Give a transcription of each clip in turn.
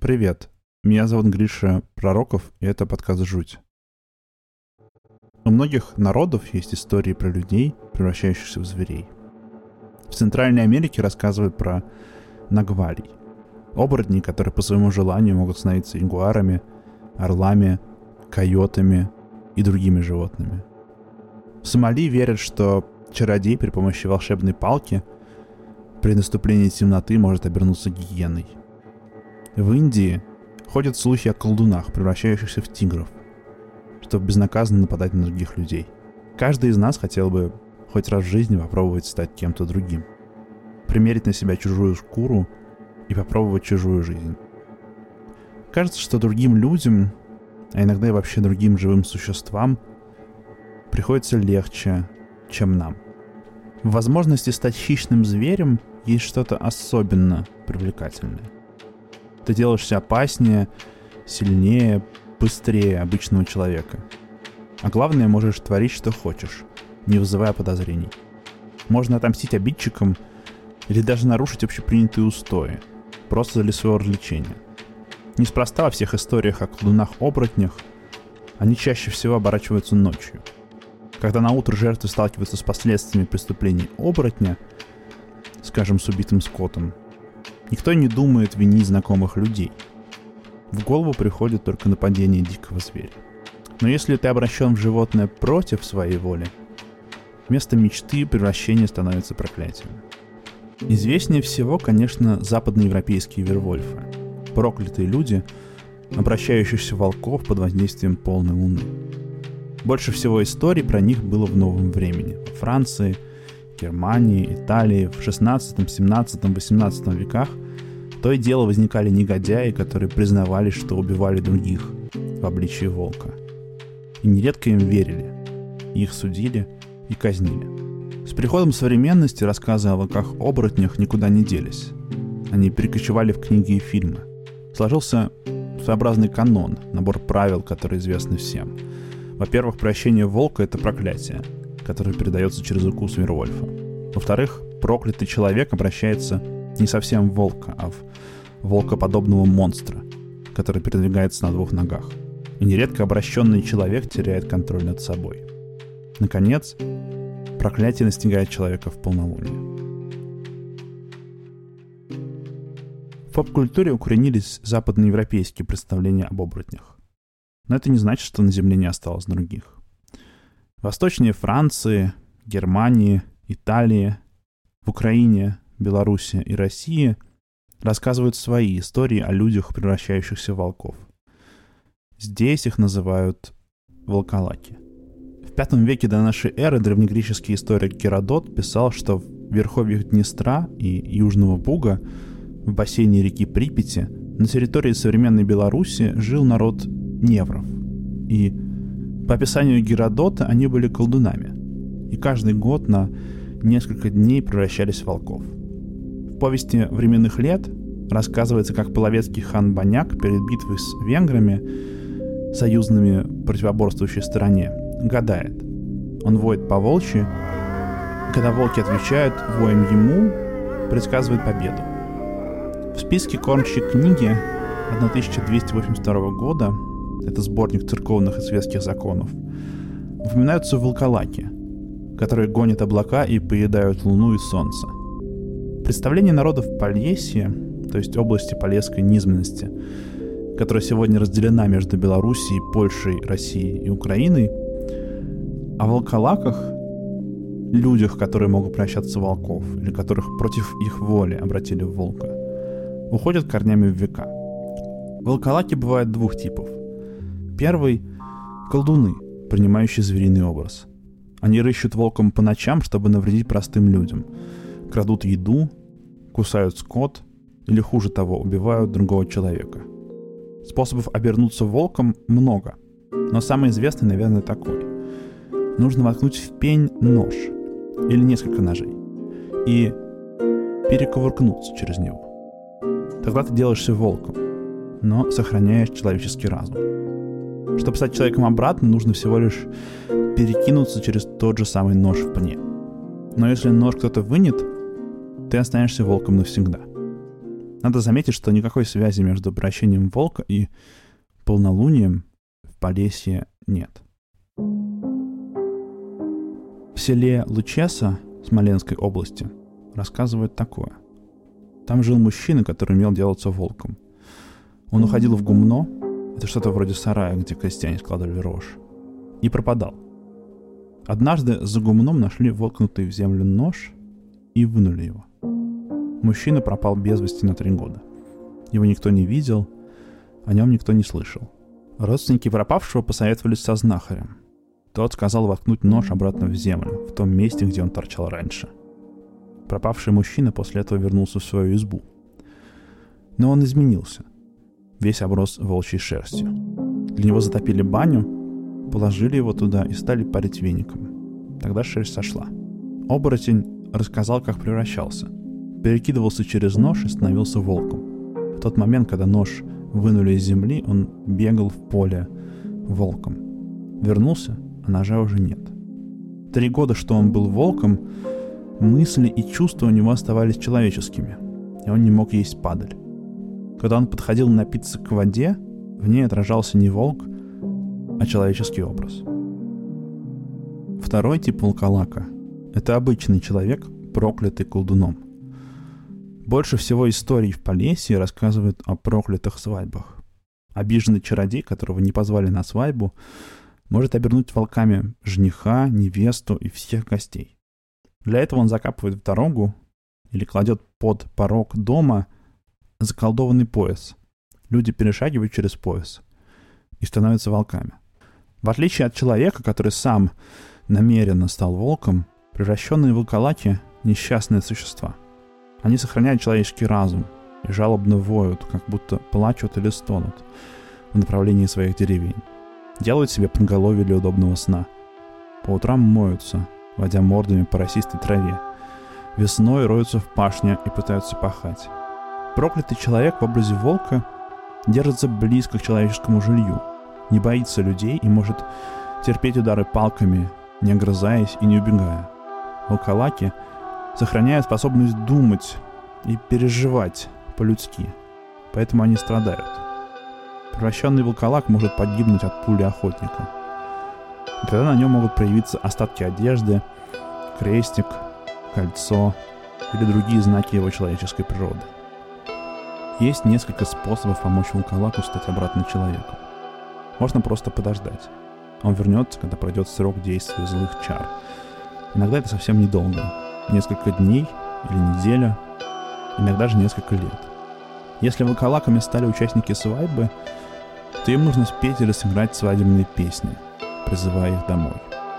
Привет, меня зовут Гриша Пророков, и это подкаст «Жуть». У многих народов есть истории про людей, превращающихся в зверей. В Центральной Америке рассказывают про нагвалей, оборотней, которые по своему желанию могут становиться ягуарами, орлами, койотами и другими животными. В Сомали верят, что чародей при помощи волшебной палки при наступлении темноты может обернуться гиеной. В Индии ходят слухи о колдунах, превращающихся в тигров, чтобы безнаказанно нападать на других людей. Каждый из нас хотел бы хоть раз в жизни попробовать стать кем-то другим, примерить на себя чужую шкуру и попробовать чужую жизнь. Кажется, что другим людям, а иногда и вообще другим живым существам, приходится легче, чем нам. В возможности стать хищным зверем есть что-то особенно привлекательное. Ты делаешься опаснее, сильнее, быстрее обычного человека. А главное, можешь творить, что хочешь, не вызывая подозрений. Можно отомстить обидчикам или даже нарушить общепринятые устои, просто для своего развлечения. Неспроста во всех историях о колдунах-оборотнях они чаще всего оборачиваются ночью. Когда наутро жертвы сталкиваются с последствиями преступлений оборотня, скажем, с убитым скотом, никто не думает винить знакомых людей. В голову приходит только нападение дикого зверя. Но если ты обращен в животное против своей воли, вместо мечты превращение становится проклятием. Известнее всего, конечно, западноевропейские вервольфы. Проклятые люди, обращающиеся в волков под воздействием полной луны. Больше всего историй про них было в новом времени. В Франции, Германии, Италии в 16, 17, 18 веках то и дело возникали негодяи, которые признавались, что убивали других в обличии волка. И нередко им верили, их судили и казнили. С приходом современности рассказы о волках-оборотнях никуда не делись. Они перекочевали в книги и фильмы. Сложился своеобразный канон, набор правил, которые известны всем. Во-первых, превращение волка — это проклятие, которое передается через укус вервольфа. Во-вторых, проклятый человек обращается не совсем в волка, а в волкоподобного монстра, который передвигается на двух ногах. И нередко обращенный человек теряет контроль над собой. Наконец, проклятие настигает человека в полнолуние. В поп-культуре укоренились западноевропейские представления об оборотнях. Но это не значит, что на Земле не осталось других. В Восточнее Франции, Германии, Италии, в Украине, Беларуси и России рассказывают свои истории о людях, превращающихся в волков. Здесь их называют волколаки. В V веке до нашей эры древнегреческий историк Геродот писал, что в верховьях Днестра и Южного Буга, в бассейне реки Припяти, на территории современной Беларуси жил народ невров. И по описанию Геродота они были колдунами. И каждый год на несколько дней превращались в волков. В повести «Временных лет» рассказывается, как половецкий хан Баняк перед битвой с венграми, союзными противоборствующей стороне, гадает. Он воет по-волчьи, и когда волки отвечают воем ему, предсказывает победу. В списке кормчей книги 1282 года, это сборник церковных и светских законов, упоминаются волколаки, которые гонят облака и поедают луну и солнце. Представление народов Полесья, то есть области Полесской низменности, которая сегодня разделена между Белоруссией, Польшей, Россией и Украиной, о волколаках, людях, которые могут превращаться в волков, или которых против их воли обратили в волка, уходят корнями в века. Волколаки бывают двух типов. Первый — колдуны, принимающие звериный образ. Они рыщут волком по ночам, чтобы навредить простым людям. Крадут еду, кусают скот или, хуже того, убивают другого человека. Способов обернуться волком много, но самый известный, наверное, такой. Нужно воткнуть в пень нож или несколько ножей и перекувыркнуться через него. Тогда ты делаешься волком, но сохраняешь человеческий разум. Чтобы стать человеком обратно, нужно всего лишь перекинуться через тот же самый нож в пне. Но если нож кто-то вынет, ты останешься волком навсегда. Надо заметить, что никакой связи между обращением волка и полнолунием в Полесье нет. В селе Лучеса Смоленской области рассказывают такое. Там жил мужчина, который умел делаться волком. Он уходил в гумно, это что-то вроде сарая, где крестьяне складывали рожь, и пропадал. Однажды за гумном нашли воткнутый в землю нож и вынули его. Мужчина пропал без вести на 3 года. Его никто не видел, о нем никто не слышал. Родственники пропавшего посоветовались со знахарем. Тот сказал воткнуть нож обратно в землю, в том месте, где он торчал раньше. Пропавший мужчина после этого вернулся в свою избу. Но он изменился. Весь оброс волчьей шерстью. Для него затопили баню, положили его туда и стали парить веником. Тогда шерсть сошла. Оборотень рассказал, как превращался. Перекидывался через нож и становился волком. В тот момент, когда нож вынули из земли, он бегал в поле волком. Вернулся, а ножа уже нет. 3 года, что он был волком, мысли и чувства у него оставались человеческими, и он не мог есть падаль. Когда он подходил напиться к воде, в ней отражался не волк, а человеческий образ. Второй тип волколака — это обычный человек, проклятый колдуном. Больше всего историй в Полесье рассказывают о проклятых свадьбах. Обиженный чародей, которого не позвали на свадьбу, может обернуть волками жениха, невесту и всех гостей. Для этого он закапывает в дорогу или кладет под порог дома заколдованный пояс. Люди перешагивают через пояс и становятся волками. В отличие от человека, который сам намеренно стал волком, превращенные волколаки — несчастные существа. Они сохраняют человеческий разум и жалобно воют, как будто плачут или стонут в направлении своих деревень. Делают себе подголовье для удобного сна. По утрам моются, водя мордами по росистой траве. Весной роются в пашне и пытаются пахать. Проклятый человек в образе волка держится близко к человеческому жилью, не боится людей и может терпеть удары палками, не огрызаясь и не убегая. Волколаки сохраняют способность думать и переживать по-людски, поэтому они страдают. Превращенный волколак может погибнуть от пули охотника. И тогда на нем могут проявиться остатки одежды, крестик, кольцо или другие знаки его человеческой природы. Есть несколько способов помочь волколаку стать обратно человеком. Можно просто подождать. Он вернется, когда пройдет срок действия злых чар. Иногда это совсем недолго. Несколько дней или неделя, иногда же несколько лет. Если волколаками стали участники свадьбы, то им нужно спеть или сыграть свадебные песни, призывая их домой.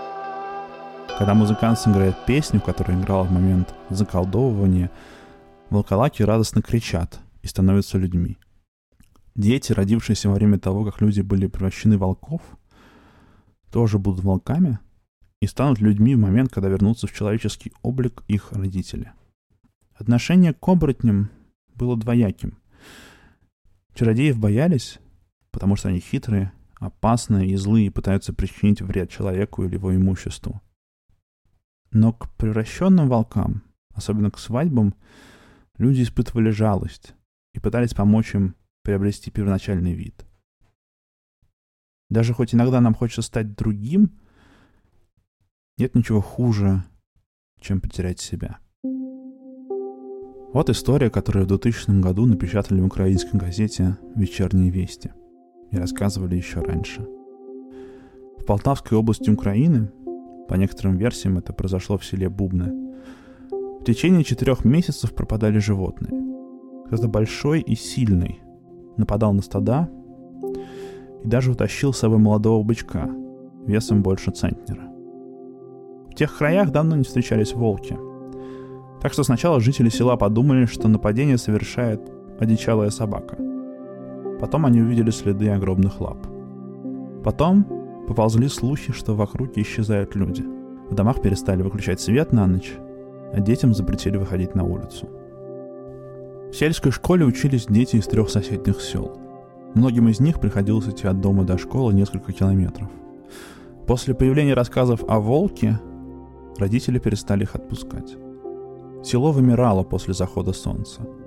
Когда музыкант сыграет песню, которая играла в момент заколдовывания, волколаки радостно кричат и становятся людьми. Дети, родившиеся во время того, как люди были превращены в волков, тоже будут волками и станут людьми в момент, когда вернутся в человеческий облик их родители. Отношение к оборотням было двояким. Чародеев боялись, потому что они хитрые, опасные и злые и пытаются причинить вред человеку или его имуществу. Но к превращенным волкам, особенно к свадьбам, люди испытывали жалость и пытались помочь им приобрести первоначальный вид. Даже хоть иногда нам хочется стать другим, нет ничего хуже, чем потерять себя. Вот история, которую в 2000 году напечатали в украинской газете «Вечерние вести» и рассказывали еще раньше. В Полтавской области Украины, по некоторым версиям, это произошло в селе Бубны, в течение 4 месяцев пропадали животные. Кто-то большой и сильный нападал на стада и даже утащил с собой молодого бычка весом больше центнера. В тех краях давно не встречались волки. Так что сначала жители села подумали, что нападение совершает одичалая собака. Потом они увидели следы огромных лап. Потом поползли слухи, что в округе исчезают люди. В домах перестали выключать свет на ночь, а детям запретили выходить на улицу. В сельской школе учились дети из 3 соседних сел. Многим из них приходилось идти от дома до школы несколько километров. После появления рассказов о волке родители перестали их отпускать. Село вымирало после захода солнца.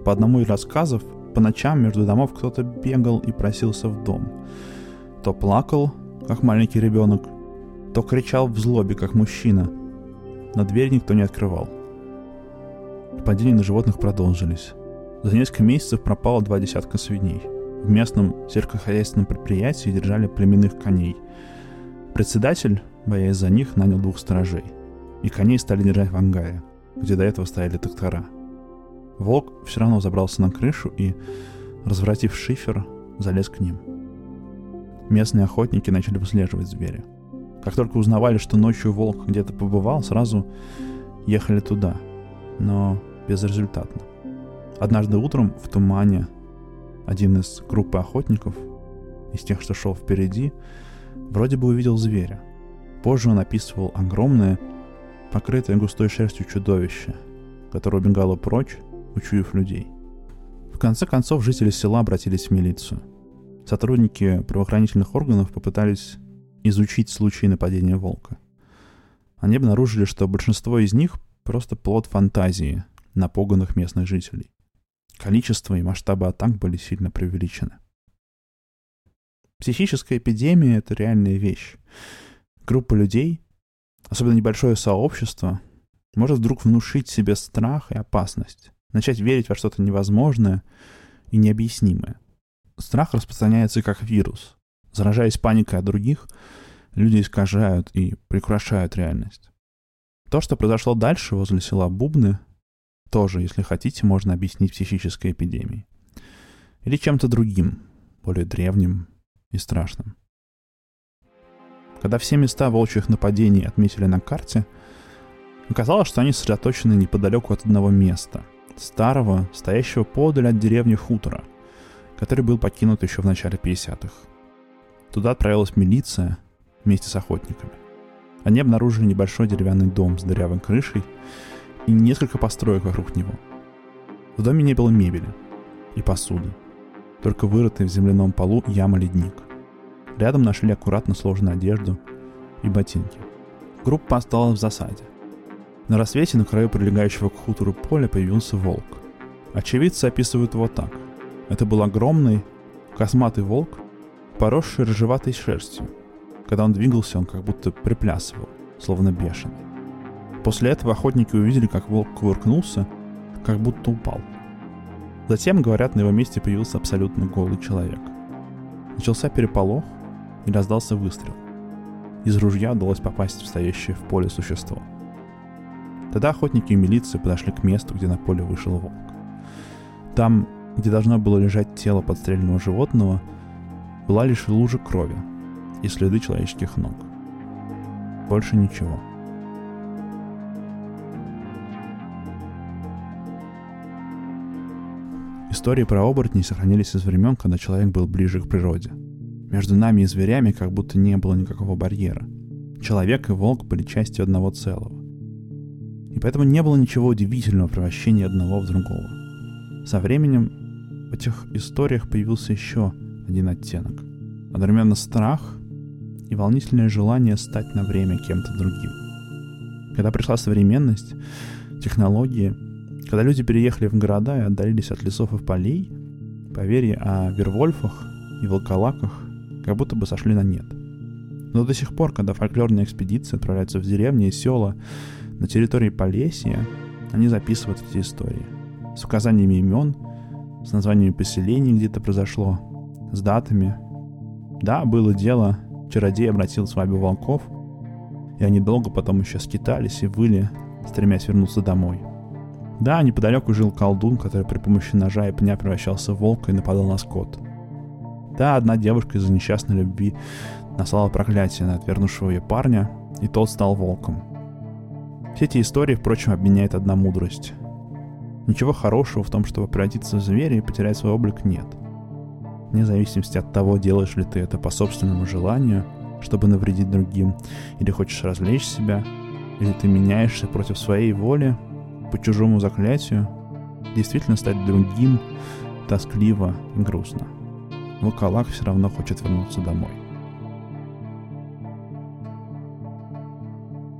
По одному из рассказов, по ночам между домов кто-то бегал и просился в дом. То плакал, как маленький ребенок, то кричал в злобе, как мужчина. Но дверь никто не открывал. Нападения на животных продолжились. За несколько месяцев пропало 2 десятка свиней. В местном сельскохозяйственном предприятии держали племенных коней. Председатель, боясь за них, нанял 2 сторожей. И коней стали держать в ангаре, где до этого стояли трактора. Волк все равно забрался на крышу и, развратив шифер, залез к ним. Местные охотники начали выслеживать зверя. Как только узнавали, что ночью волк где-то побывал, сразу ехали туда, но безрезультатно. Однажды утром в тумане один из группы охотников, из тех, что шел впереди, вроде бы увидел зверя. Позже он описывал огромное, покрытое густой шерстью чудовище, которое убегало прочь, учуяв людей. В конце концов, жители села обратились в милицию. Сотрудники правоохранительных органов попытались изучить случаи нападения волка. Они обнаружили, что большинство из них просто плод фантазии напуганных местных жителей. Количество и масштабы атак были сильно преувеличены. Психическая эпидемия — это реальная вещь. Группа людей, особенно небольшое сообщество, может вдруг внушить себе страх и опасность, начать верить во что-то невозможное и необъяснимое. Страх распространяется как вирус. Заражаясь паникой от других, люди искажают и приукрашают реальность. То, что произошло дальше возле села Бубны, тоже, если хотите, можно объяснить психической эпидемией. Или чем-то другим, более древним и страшным. Когда все места волчьих нападений отметили на карте, оказалось, что они сосредоточены неподалеку от одного места, старого, стоящего подаль от деревни хутора, который был покинут еще в начале 50-х. Туда отправилась милиция вместе с охотниками. Они обнаружили небольшой деревянный дом с дырявой крышей и несколько построек вокруг него. В доме не было мебели и посуды, только вырытый в земляном полу яма-ледник. Рядом нашли аккуратно сложенную одежду и ботинки. Группа осталась в засаде. На рассвете на краю прилегающего к хутору поля появился волк. Очевидцы описывают его так. Это был огромный, косматый волк, поросший рыжеватой шерстью. Когда он двигался, он как будто приплясывал, словно бешеный. После этого охотники увидели, как волк кувыркнулся, как будто упал. Затем, говорят, на его месте появился абсолютно голый человек. Начался переполох и раздался выстрел. Из ружья удалось попасть в стоящее в поле существо. Тогда охотники и милиция подошли к месту, где на поле вышел волк. Там, где должно было лежать тело подстреленного животного, была лишь лужа крови и следы человеческих ног. Больше ничего. Истории про оборотней сохранились из времен, когда человек был ближе к природе. Между нами и зверями как будто не было никакого барьера. Человек и волк были частью одного целого. И поэтому не было ничего удивительного в превращении одного в другого. Со временем в этих историях появился еще один оттенок. Одновременно страх и волнительное желание стать на время кем-то другим. Когда пришла современность, технологии, когда люди переехали в города и отдалились от лесов и полей, поверья о вервольфах и волколаках как будто бы сошли на нет. Но до сих пор, когда фольклорные экспедиции отправляются в деревни и села на территории Полесья, они записывают эти истории с указаниями имен, с названиями поселений, где это произошло, с датами. Да, было дело, чародей обратил свадьбу волков, и они долго потом еще скитались и выли, стремясь вернуться домой. Да, неподалеку жил колдун, который при помощи ножа и пня превращался в волка и нападал на скот. Да, одна девушка из-за несчастной любви наслала проклятие на отвергнувшего ее парня, и тот стал волком. Все эти истории, впрочем, объединяет одна мудрость. Ничего хорошего в том, чтобы превратиться в зверя и потерять свой облик, нет. Вне зависимости от того, делаешь ли ты это по собственному желанию, чтобы навредить другим, или хочешь развлечь себя, или ты меняешься против своей воли, по чужому заклятию, действительно стать другим, тоскливо и грустно. Волколак все равно хочет вернуться домой.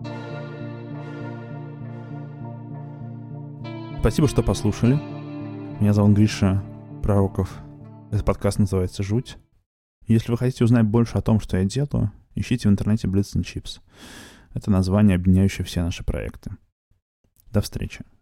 Спасибо, что послушали. Меня зовут Гриша Пророков. Этот подкаст называется «Жуть». Если вы хотите узнать больше о том, что я делаю, ищите в интернете Blitz and Chips. Это название, объединяющее все наши проекты. До встречи.